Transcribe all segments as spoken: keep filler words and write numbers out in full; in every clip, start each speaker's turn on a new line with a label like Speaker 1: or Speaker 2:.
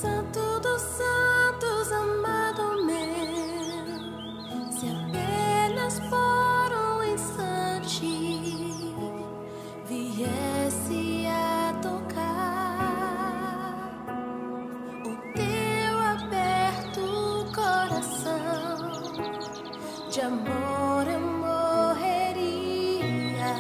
Speaker 1: Santo dos santos, amado meu, se apenas por um instante viesse a tocar o teu aberto coração, de amor eu morreria.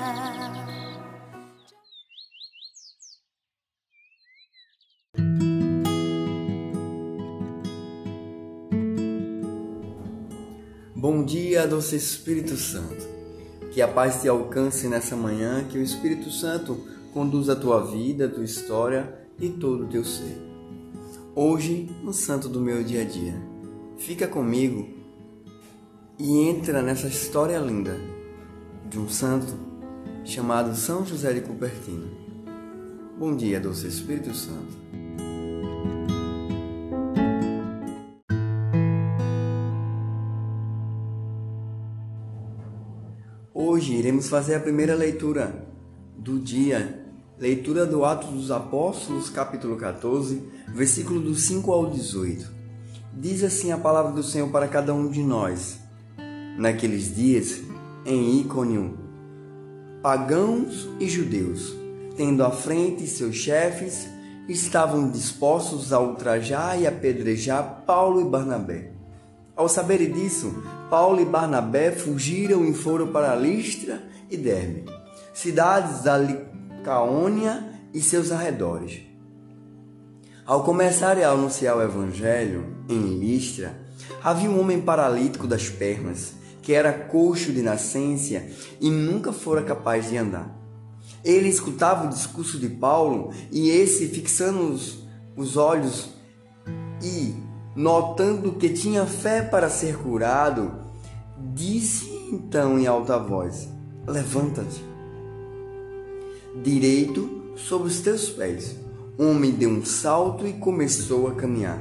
Speaker 2: Bom dia, doce Espírito Santo. Que a paz te alcance nessa manhã, que o Espírito Santo conduza a tua vida, a tua história e todo o teu ser. Hoje, no santo do meu dia a dia, fica comigo e entra nessa história linda de um santo chamado São José de Cupertino. Bom dia, doce Espírito Santo. Hoje iremos fazer a primeira leitura do dia, leitura do Atos dos Apóstolos, capítulo catorze, versículo do cinco ao dezoito. Diz assim a palavra do Senhor para cada um de nós. Naqueles dias, em Icônio, pagãos e judeus, tendo à frente seus chefes, estavam dispostos a ultrajar e apedrejar Paulo e Barnabé. Ao saberem disso, Paulo e Barnabé fugiram e foram para Listra e Derbe, cidades da Licaônia e seus arredores. Ao começarem a anunciar o evangelho em Listra, havia um homem paralítico das pernas, que era coxo de nascença e nunca fora capaz de andar. Ele escutava o discurso de Paulo e esse, fixando os, os olhos e notando que tinha fé para ser curado, disse então em alta voz: levanta-te direito sobre os teus pés. O homem deu um salto e começou a caminhar.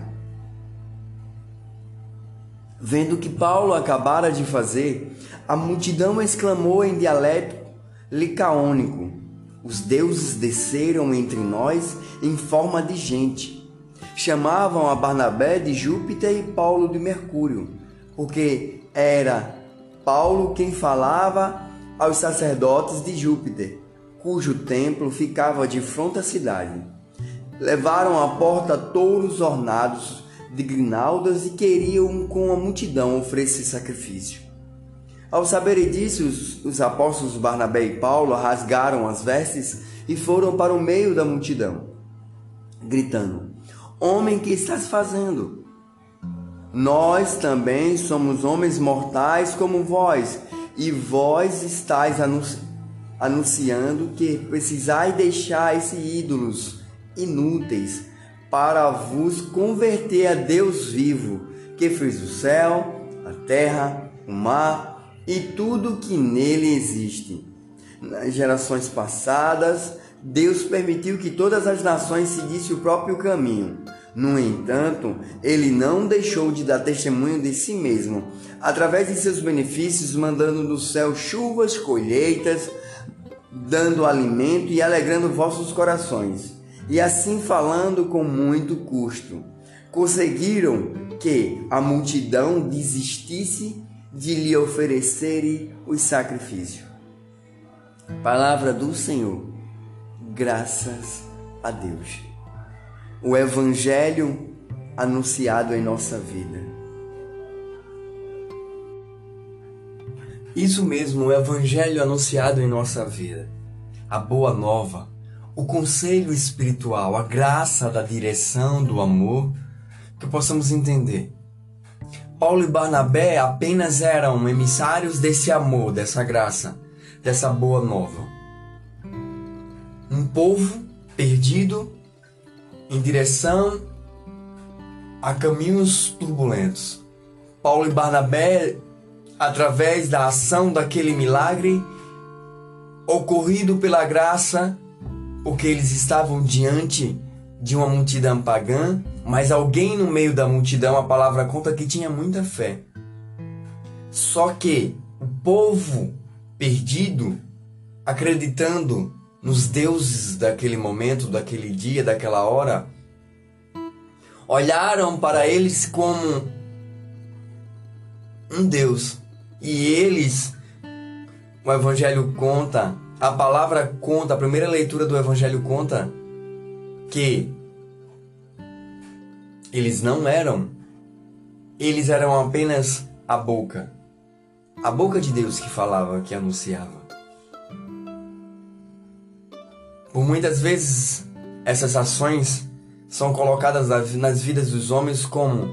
Speaker 2: Vendo o que Paulo acabara de fazer, a multidão exclamou em dialeto licaônico: os deuses desceram entre nós em forma de gente. Chamavam a Barnabé de Júpiter e Paulo de Mercúrio, porque era Paulo quem falava aos sacerdotes de Júpiter, cujo templo ficava de frente à cidade. Levaram à porta touros ornados de grinaldas e queriam com a multidão oferecer sacrifício. Ao saberem disso, os, os apóstolos Barnabé e Paulo rasgaram as vestes e foram para o meio da multidão, gritando: homem, que estás fazendo? Nós também somos homens mortais como vós, e vós estáis anunci- anunciando que precisais deixar esses ídolos inúteis para vos converter a Deus vivo, que fez o céu, a terra, o mar e tudo que nele existe. Nas gerações passadas, Deus permitiu que todas as nações seguissem o próprio caminho. No entanto, ele não deixou de dar testemunho de si mesmo, através de seus benefícios, mandando do céu chuvas, colheitas, dando alimento e alegrando vossos corações. E assim, falando com muito custo, conseguiram que a multidão desistisse de lhe oferecerem os sacrifícios. Palavra do Senhor. Graças a Deus. O Evangelho anunciado em nossa vida. Isso mesmo, o Evangelho anunciado em nossa vida. A boa nova, o conselho espiritual, a graça da direção, do amor, que possamos entender. Paulo e Barnabé apenas eram emissários desse amor, dessa graça, dessa boa nova. Um povo perdido em direção a caminhos turbulentos. Paulo e Barnabé, através da ação daquele milagre ocorrido pela graça, porque eles estavam diante de uma multidão pagã, mas alguém no meio da multidão, a palavra conta que tinha muita fé. Só que o povo perdido, acreditando nos deuses daquele momento, daquele dia, daquela hora, olharam para eles como um Deus. E eles, o Evangelho conta, a palavra conta, a primeira leitura do Evangelho conta que eles não eram, eles eram apenas a boca. A boca de Deus que falava, que anunciava. Por muitas vezes, essas ações são colocadas nas vidas dos homens como: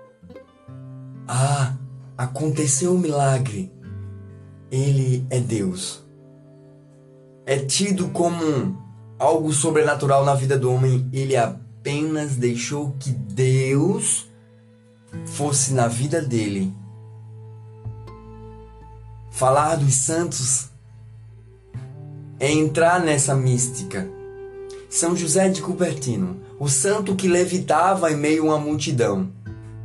Speaker 2: ah, aconteceu um milagre, ele é Deus. É tido como algo sobrenatural na vida do homem, ele apenas deixou que Deus fosse na vida dele. Falar dos santos é entrar nessa mística. São José de Cupertino, o santo que levitava em meio a uma multidão.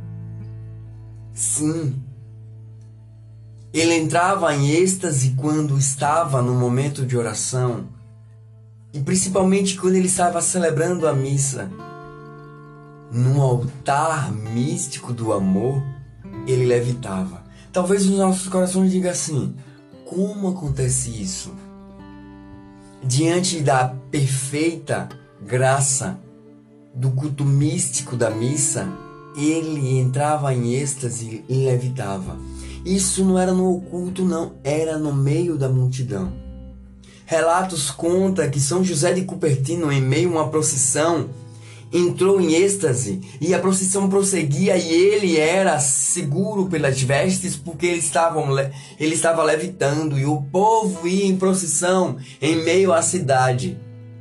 Speaker 2: Sim, ele entrava em êxtase quando estava no momento de oração, e principalmente quando ele estava celebrando a missa. No altar místico do amor, ele levitava. Talvez os nossos corações digam assim: como acontece isso? Diante da perfeita graça do culto místico da missa, ele entrava em êxtase e levitava. Isso não era no oculto, não, era no meio da multidão. Relatos contam que São José de Cupertino, em meio a uma procissão, entrou em êxtase e a procissão prosseguia e ele era seguro pelas vestes porque ele estava, ele estava levitando e o povo ia em procissão em meio à cidade.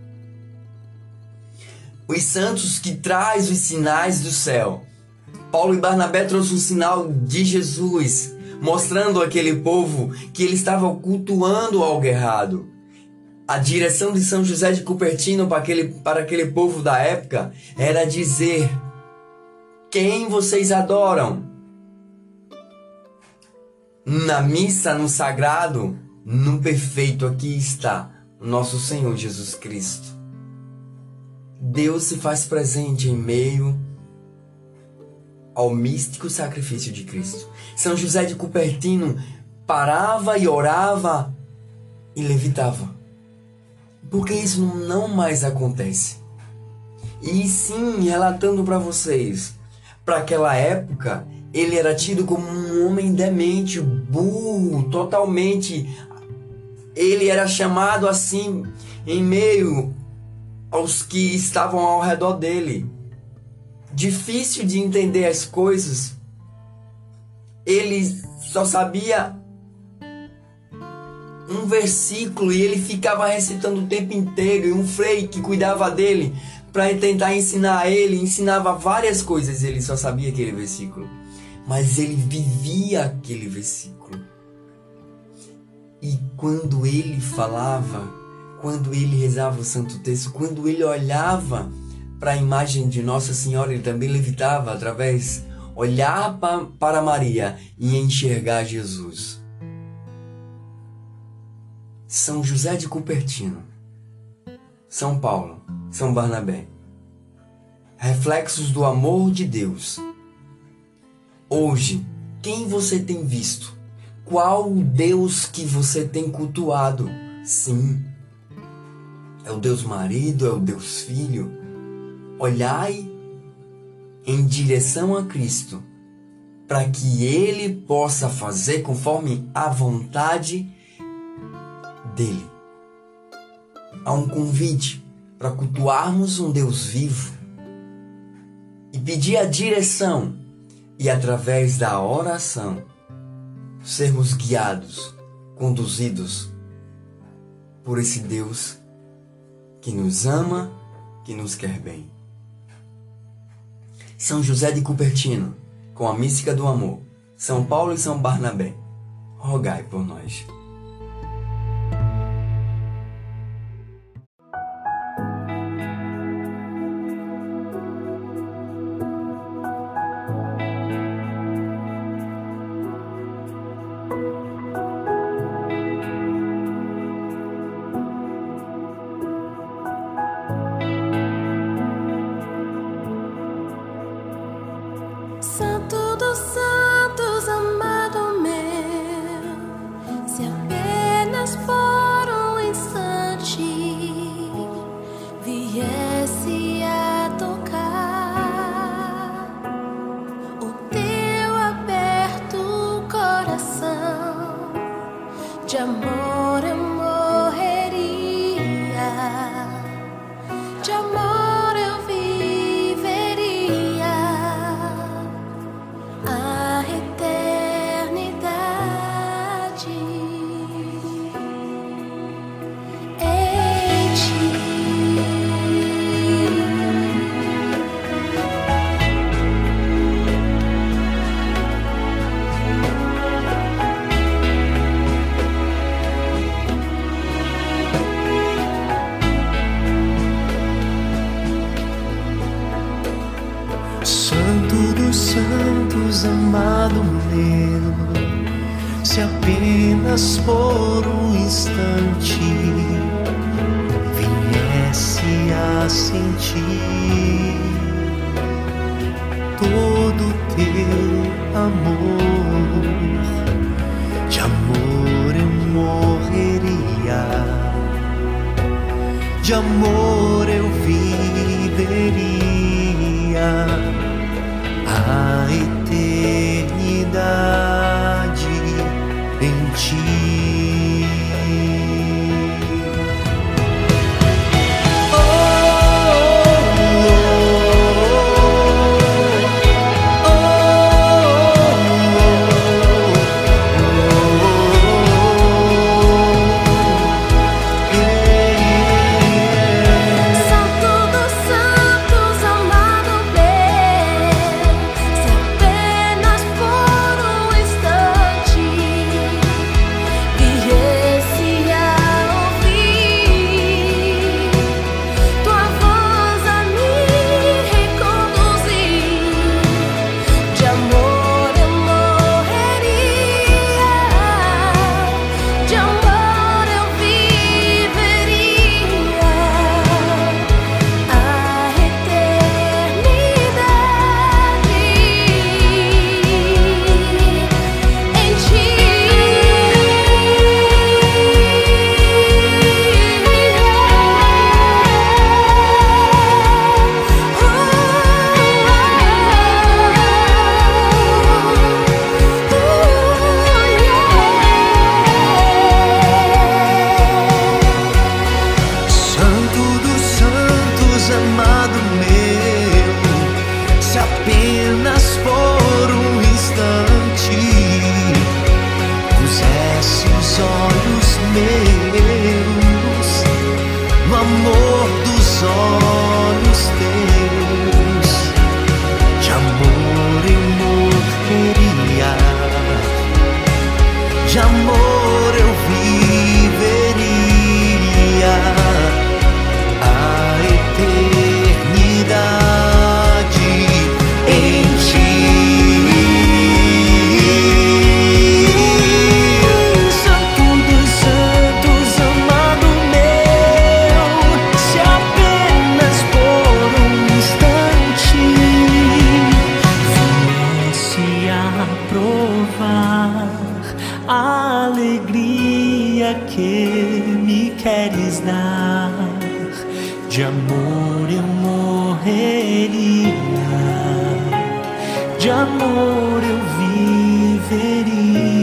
Speaker 2: Os santos que traz os sinais do céu. Paulo e Barnabé trouxeram o sinal de Jesus, mostrando àquele povo que ele estava cultuando algo errado. A direção de São José de Cupertino para aquele, para aquele povo da época era dizer: quem vocês adoram? Na missa, no sagrado, no perfeito, aqui está nosso Senhor Jesus Cristo. Deus se faz presente em meio ao místico sacrifício de Cristo. São José de Cupertino parava e orava e levitava. Porque isso não mais acontece. E sim, relatando para vocês, para aquela época, ele era tido como um homem demente, burro, totalmente. Ele era chamado assim em meio aos que estavam ao redor dele. Difícil de entender as coisas. Ele só sabia um versículo e ele ficava recitando o tempo inteiro, e um frei que cuidava dele para tentar ensinar a ele, ensinava várias coisas, ele só sabia aquele versículo, mas ele vivia aquele versículo. E quando ele falava, quando ele rezava o Santo Texto, quando ele olhava para a imagem de Nossa Senhora, ele também levitava através, olhar para Maria e enxergar Jesus. São José de Cupertino, São Paulo, São Barnabé, reflexos do amor de Deus. Hoje, quem você tem visto? Qual o Deus que você tem cultuado? Sim, é o Deus marido, é o Deus filho. Olhai em direção a Cristo, para que Ele possa fazer conforme a vontade dele. Há um convite para cultuarmos um Deus vivo e pedir a direção, e através da oração sermos guiados, conduzidos por esse Deus que nos ama, que nos quer bem. São José de Cupertino, com a mística do amor, São Paulo e São Barnabé, rogai por nós.
Speaker 3: Santos, amado meu, se apenas por um instante viesse a sentir todo teu amor, de amor eu morreria, de amor eu viveria a eternidade em ti. Oh, oh, oh, oh, yeah.
Speaker 1: Santo dos santos, amado meu, se apenas por um instante viesse a ouvir tua voz a me reconduzir, de amor eu morreria, de amor eu viveria a eternidade em ti.
Speaker 3: Santo dos santos, amado meu, se apenas por um instante pusesse os olhos meus no amor dos olhos teus, de amor eu morreria, de amor eu viveria a eternidade em ti. Santo dos santos, amado meu, se apenas por um instante viesse a provar a alegria que me queres dar, de amor eu morreria, de amor eu viveria